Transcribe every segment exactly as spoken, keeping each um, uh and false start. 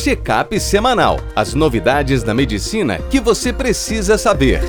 Check-up semanal. As novidades da medicina que você precisa saber.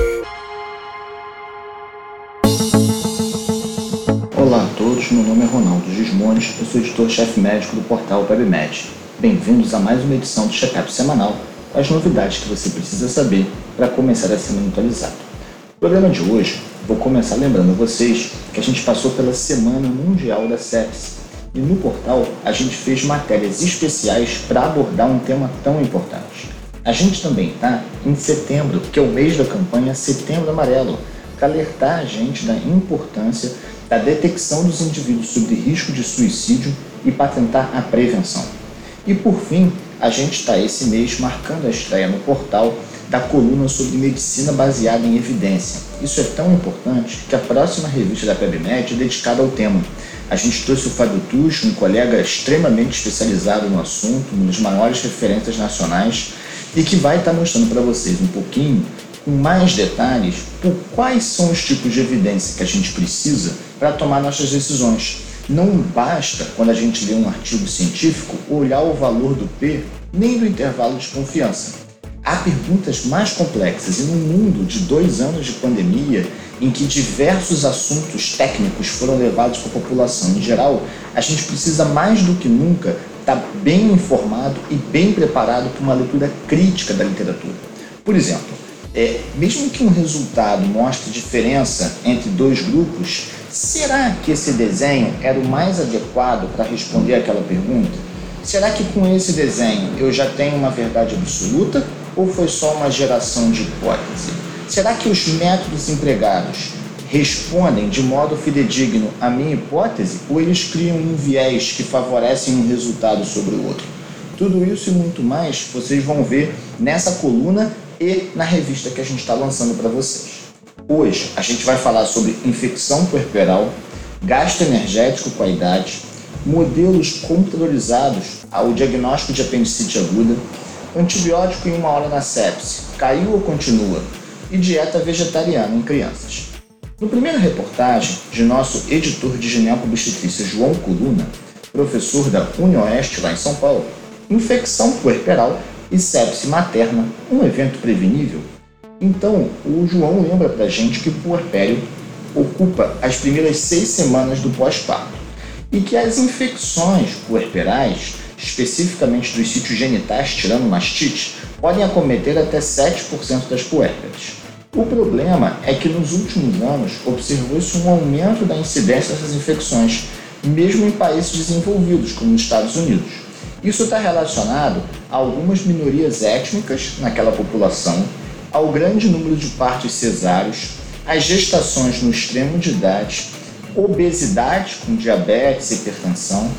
Olá a todos, meu nome é Ronaldo Gismondes, eu sou editor-chefe médico do portal PebMed. Bem-vindos a mais uma edição do Check-up semanal, com as novidades que você precisa saber para começar a semana atualizado. No programa de hoje, vou começar lembrando a vocês que a gente passou pela Semana Mundial da Sepse e no portal a gente fez matérias especiais para abordar um tema tão importante. A gente também está em setembro, que é o mês da campanha Setembro Amarelo, para alertar a gente da importância da detecção dos indivíduos sobre risco de suicídio e para tentar a prevenção. E por fim, a gente está esse mês marcando a estreia no portal da coluna sobre medicina baseada em evidência. Isso é tão importante que a próxima revista da PebMed é dedicada ao tema. A gente trouxe o Fábio Tucci, um colega extremamente especializado no assunto, uma das maiores referências nacionais, e que vai estar mostrando para vocês um pouquinho, com mais detalhes, por quais são os tipos de evidência que a gente precisa para tomar nossas decisões. Não basta, quando a gente lê um artigo científico, olhar o valor do P, nem do intervalo de confiança. Há perguntas mais complexas e num mundo de dois anos de pandemia, em que diversos assuntos técnicos foram levados para a população em geral, a gente precisa mais do que nunca estar bem informado e bem preparado para uma leitura crítica da literatura. Por exemplo, é, mesmo que um resultado mostre diferença entre dois grupos, será que esse desenho era o mais adequado para responder aquela pergunta? Será que com esse desenho eu já tenho uma verdade absoluta ou foi só uma geração de hipótese? Será que os métodos empregados respondem de modo fidedigno à minha hipótese ou eles criam um viés que favorecem um resultado sobre o outro? Tudo isso e muito mais vocês vão ver nessa coluna e na revista que a gente está lançando para vocês. Hoje a gente vai falar sobre infecção puerperal, gasto energético com a idade, modelos computadorizados ao diagnóstico de apendicite aguda, antibiótico em uma hora na sepse, caiu ou continua, e dieta vegetariana em crianças. No primeira reportagem de nosso editor de gineco-obstetrícia João Coluna, professor da UniOeste lá em São Paulo, infecção puerperal e sepse materna, um evento prevenível? Então, o João lembra pra gente que o puerpério ocupa as primeiras seis semanas do pós-parto e que as infecções puerperais, especificamente dos sítios genitais, tirando mastite, podem acometer até sete por cento das puérperas. O problema é que nos últimos anos observou-se um aumento da incidência dessas infecções, mesmo em países desenvolvidos, como os Estados Unidos. Isso está relacionado a algumas minorias étnicas naquela população, ao grande número de partos cesáreos, às gestações no extremo de idade, obesidade com diabetes e hipertensão,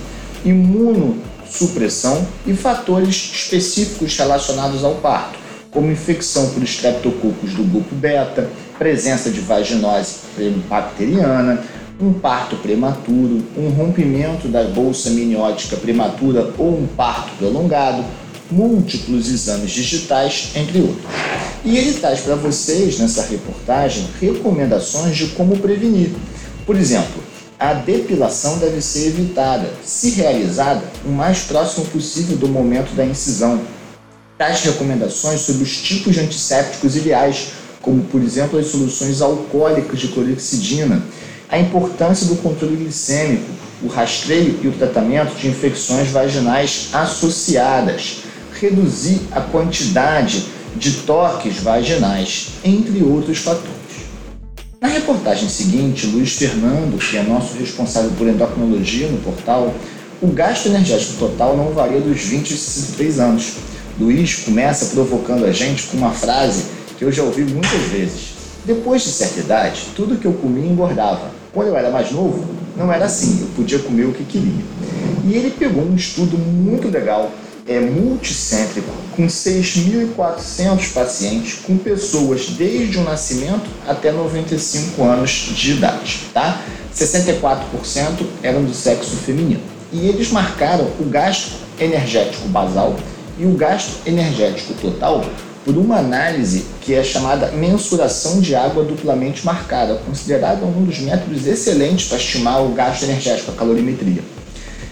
imunossupressão e fatores específicos relacionados ao parto, como infecção por estreptococcus do grupo beta, presença de vaginose bacteriana, um parto prematuro, um rompimento da bolsa amniótica prematura ou um parto prolongado, múltiplos exames digitais, entre outros. E ele traz para vocês, nessa reportagem, recomendações de como prevenir. Por exemplo, a depilação deve ser evitada, se realizada, o mais próximo possível do momento da incisão. Traz recomendações sobre os tipos de antissépticos ideais, como, por exemplo, as soluções alcoólicas de clorexidina, a importância do controle glicêmico, o rastreio e o tratamento de infecções vaginais associadas, reduzir a quantidade de toques vaginais, entre outros fatores. Na reportagem seguinte, Luiz Fernando, que é nosso responsável por endocrinologia no portal, o gasto energético total não varia dos vinte aos sessenta e três anos. Luiz começa provocando a gente com uma frase que eu já ouvi muitas vezes. Depois de certa idade, tudo que eu comia engordava. Quando eu era mais novo, não era assim, eu podia comer o que queria. E ele pegou um estudo muito legal, é multicêntrico, com seis mil e quatrocentos pacientes, com pessoas desde o nascimento até noventa e cinco anos de idade, tá? sessenta e quatro por cento eram do sexo feminino. E eles marcaram o gasto energético basal e o gasto energético total por uma análise que é chamada mensuração de água duplamente marcada, considerada um dos métodos excelentes para estimar o gasto energético, a calorimetria.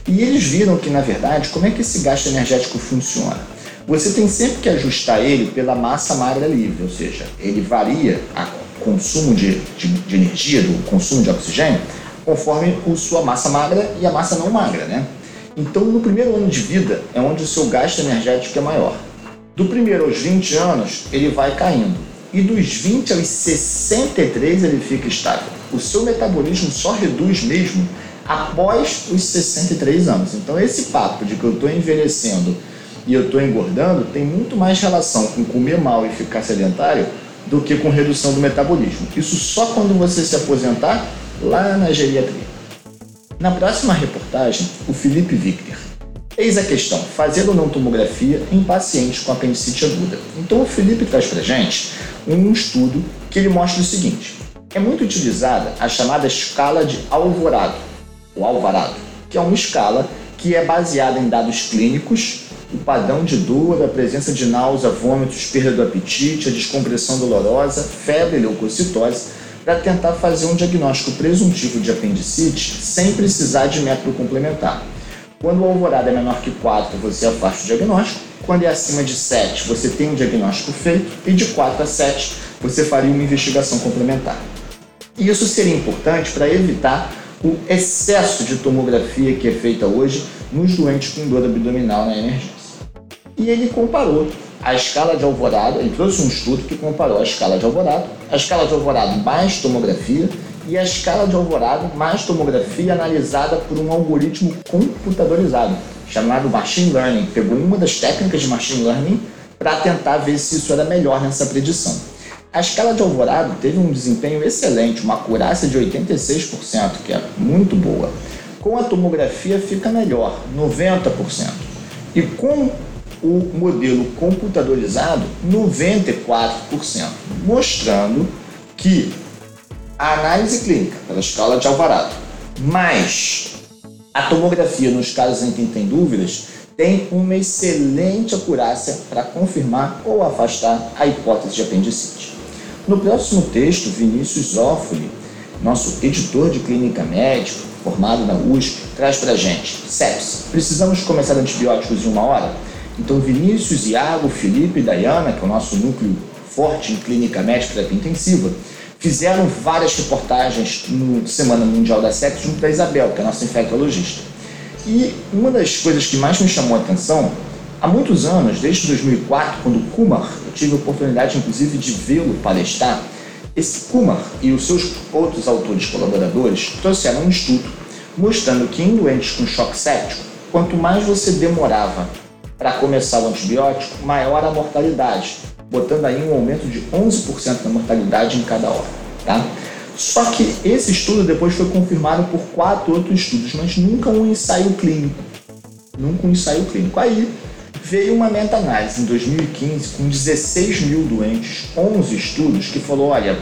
E eles viram que, na verdade, como é que esse gasto energético funciona? Você tem sempre que ajustar ele pela massa magra livre, ou seja, ele varia o consumo de, de, de energia, do consumo de oxigênio, conforme a sua massa magra e a massa não magra, né? Então, no primeiro ano de vida é onde o seu gasto energético é maior. Do primeiro aos vinte anos, ele vai caindo. E dos vinte aos sessenta e três ele fica estável. O seu metabolismo só reduz mesmo após os sessenta e três anos. Então, esse papo de que eu estou envelhecendo e eu estou engordando tem muito mais relação com comer mal e ficar sedentário do que com redução do metabolismo. Isso só quando você se aposentar lá na geriatria. Na próxima reportagem, o Felipe Victor. Eis a questão, fazer ou não tomografia em pacientes com apendicite aguda. Então o Felipe traz pra gente um estudo que ele mostra o seguinte. É muito utilizada a chamada escala de Alvorado, ou Alvarado, que é uma escala que é baseada em dados clínicos, o padrão de dor, a presença de náusea, vômitos, perda do apetite, a descompressão dolorosa, febre e leucocitose, para tentar fazer um diagnóstico presuntivo de apendicite sem precisar de método complementar. Quando o alvorado é menor que quatro, você afasta o diagnóstico. Quando é acima de sete, você tem um diagnóstico feito. E de quatro a sete, você faria uma investigação complementar. E isso seria importante para evitar o excesso de tomografia que é feita hoje nos doentes com dor abdominal na emergência. E ele comparou a escala de Alvorado, ele trouxe um estudo que comparou a escala de Alvorado, a escala de Alvorado mais tomografia e a escala de Alvorado mais tomografia analisada por um algoritmo computadorizado, chamado Machine Learning. Pegou uma das técnicas de Machine Learning para tentar ver se isso era melhor nessa predição. A escala de Alvorado teve um desempenho excelente, uma acurácia de oitenta e seis por cento, que é muito boa. Com a tomografia fica melhor, noventa por cento. E com o modelo computadorizado, noventa e quatro por cento, mostrando que a análise clínica pela escala de Alvarado, mais a tomografia nos casos em que tem dúvidas, tem uma excelente acurácia para confirmar ou afastar a hipótese de apendicite. No próximo texto, Vinícius Zófoli, nosso editor de clínica médica, formado na U S P, traz para a gente: sepse, precisamos começar antibióticos em uma hora? Então, Vinícius, Iago, Felipe e Dayana, que é o nosso núcleo forte em clínica médica terapia intensiva, fizeram várias reportagens no Semana Mundial da Sepse junto da Isabel, que é a nossa infectologista. E uma das coisas que mais me chamou a atenção, há muitos anos, desde dois mil e quatro, quando o Kumar, eu tive a oportunidade inclusive de vê-lo palestrar, esse Kumar e os seus outros autores colaboradores trouxeram um estudo mostrando que em doentes com choque séptico, quanto mais você demorava para começar o antibiótico, maior a mortalidade, botando aí um aumento de onze por cento da mortalidade em cada hora. Tá? Só que esse estudo depois foi confirmado por quatro outros estudos, mas nunca um ensaio clínico. Nunca um ensaio clínico. Aí veio uma meta-análise em dois mil e quinze com dezesseis mil doentes, onze estudos, que falou, olha,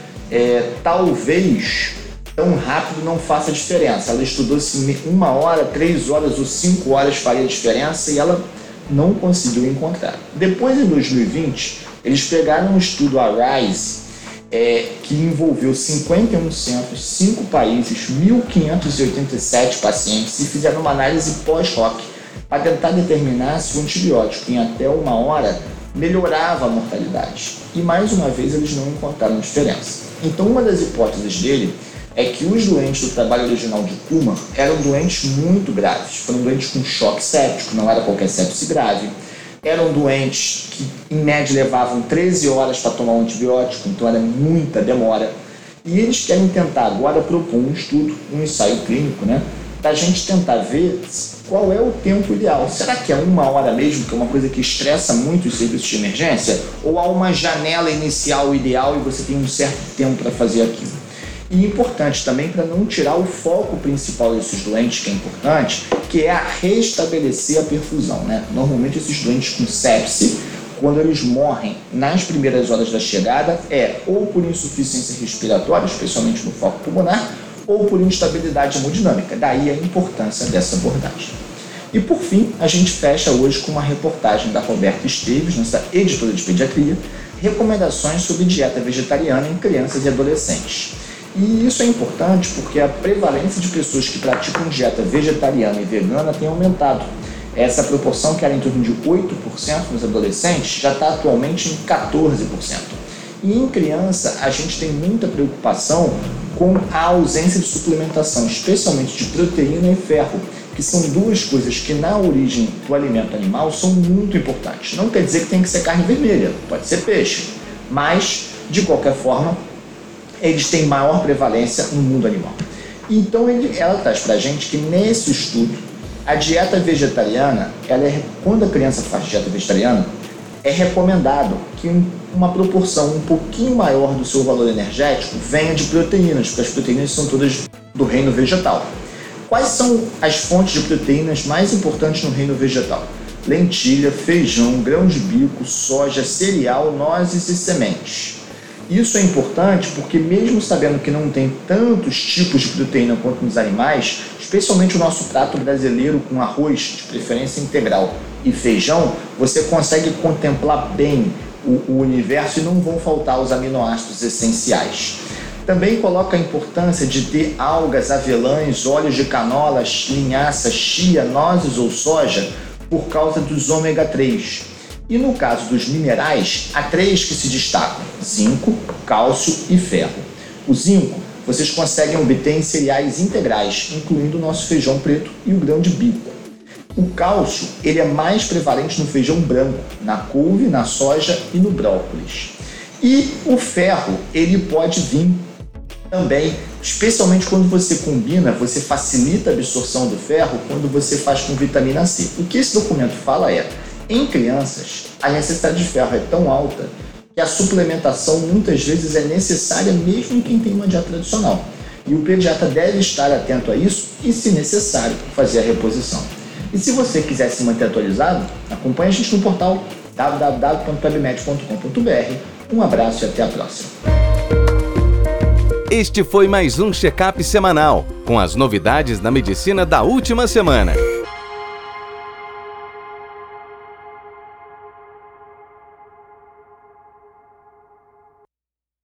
é, talvez tão rápido não faça diferença. Ela estudou se uma hora, três horas ou cinco horas faria diferença e ela não conseguiu encontrar. Depois, em dois mil e vinte, eles pegaram um estudo ARISE, é, que envolveu cinquenta e um centros, cinco países, mil quinhentos e oitenta e sete pacientes e fizeram uma análise pós-hoc para tentar determinar se o antibiótico em até uma hora melhorava a mortalidade. E mais uma vez eles não encontraram diferença. Então uma das hipóteses dele é que os doentes do trabalho original de Kumar eram doentes muito graves. Foram doentes com choque séptico, não era qualquer sepse grave. Eram doentes que, em média, levavam treze horas para tomar um antibiótico, então era muita demora. E eles querem tentar agora propor um estudo, um ensaio clínico, né, para a gente tentar ver qual é o tempo ideal. Será que é uma hora mesmo, que é uma coisa que estressa muito os serviços de emergência? Ou há uma janela inicial ideal e você tem um certo tempo para fazer aquilo? E importante também para não tirar o foco principal desses doentes, que é importante, que é a restabelecer a perfusão, né? Normalmente esses doentes com sepse, quando eles morrem nas primeiras horas da chegada, é ou por insuficiência respiratória, especialmente no foco pulmonar, ou por instabilidade hemodinâmica. Daí a importância dessa abordagem. E por fim, a gente fecha hoje com uma reportagem da Roberta Esteves, nossa editora de pediatria, recomendações sobre dieta vegetariana em crianças e adolescentes. E isso é importante porque a prevalência de pessoas que praticam dieta vegetariana e vegana tem aumentado. Essa proporção, que era em torno de oito por cento nos adolescentes, já está atualmente em quatorze por cento. E em criança, a gente tem muita preocupação com a ausência de suplementação, especialmente de proteína e ferro, que são duas coisas que na origem do alimento animal são muito importantes. Não quer dizer que tem que ser carne vermelha, pode ser peixe, mas, de qualquer forma, eles têm maior prevalência no mundo animal. Então, ele, ela traz para a gente que nesse estudo, a dieta vegetariana, ela é, quando a criança faz dieta vegetariana, é recomendado que uma proporção um pouquinho maior do seu valor energético venha de proteínas, porque as proteínas são todas do reino vegetal. Quais são as fontes de proteínas mais importantes no reino vegetal? Lentilha, feijão, grão de bico, soja, cereal, nozes e sementes. Isso é importante porque, mesmo sabendo que não tem tantos tipos de proteína quanto nos animais, especialmente o nosso prato brasileiro com arroz, de preferência integral, e feijão, você consegue contemplar bem o, o universo e não vão faltar os aminoácidos essenciais. Também coloca a importância de ter algas, avelãs, óleos de canola, linhaça, chia, nozes ou soja por causa dos ômega três. E no caso dos minerais, há três que se destacam: zinco, cálcio e ferro. O zinco vocês conseguem obter em cereais integrais, incluindo o nosso feijão preto e o grão de bico. O cálcio ele é mais prevalente no feijão branco, na couve, na soja e no brócolis. E o ferro ele pode vir também, especialmente quando você combina, você facilita a absorção do ferro quando você faz com vitamina C. O que esse documento fala é: em crianças, a necessidade de ferro é tão alta que a suplementação muitas vezes é necessária mesmo em quem tem uma dieta tradicional. E o pediatra deve estar atento a isso e, se necessário, fazer a reposição. E se você quiser se manter atualizado, acompanhe a gente no portal w w w ponto pebmed ponto com ponto b r. Um abraço e até a próxima. Este foi mais um check-up semanal, com as novidades da medicina da última semana.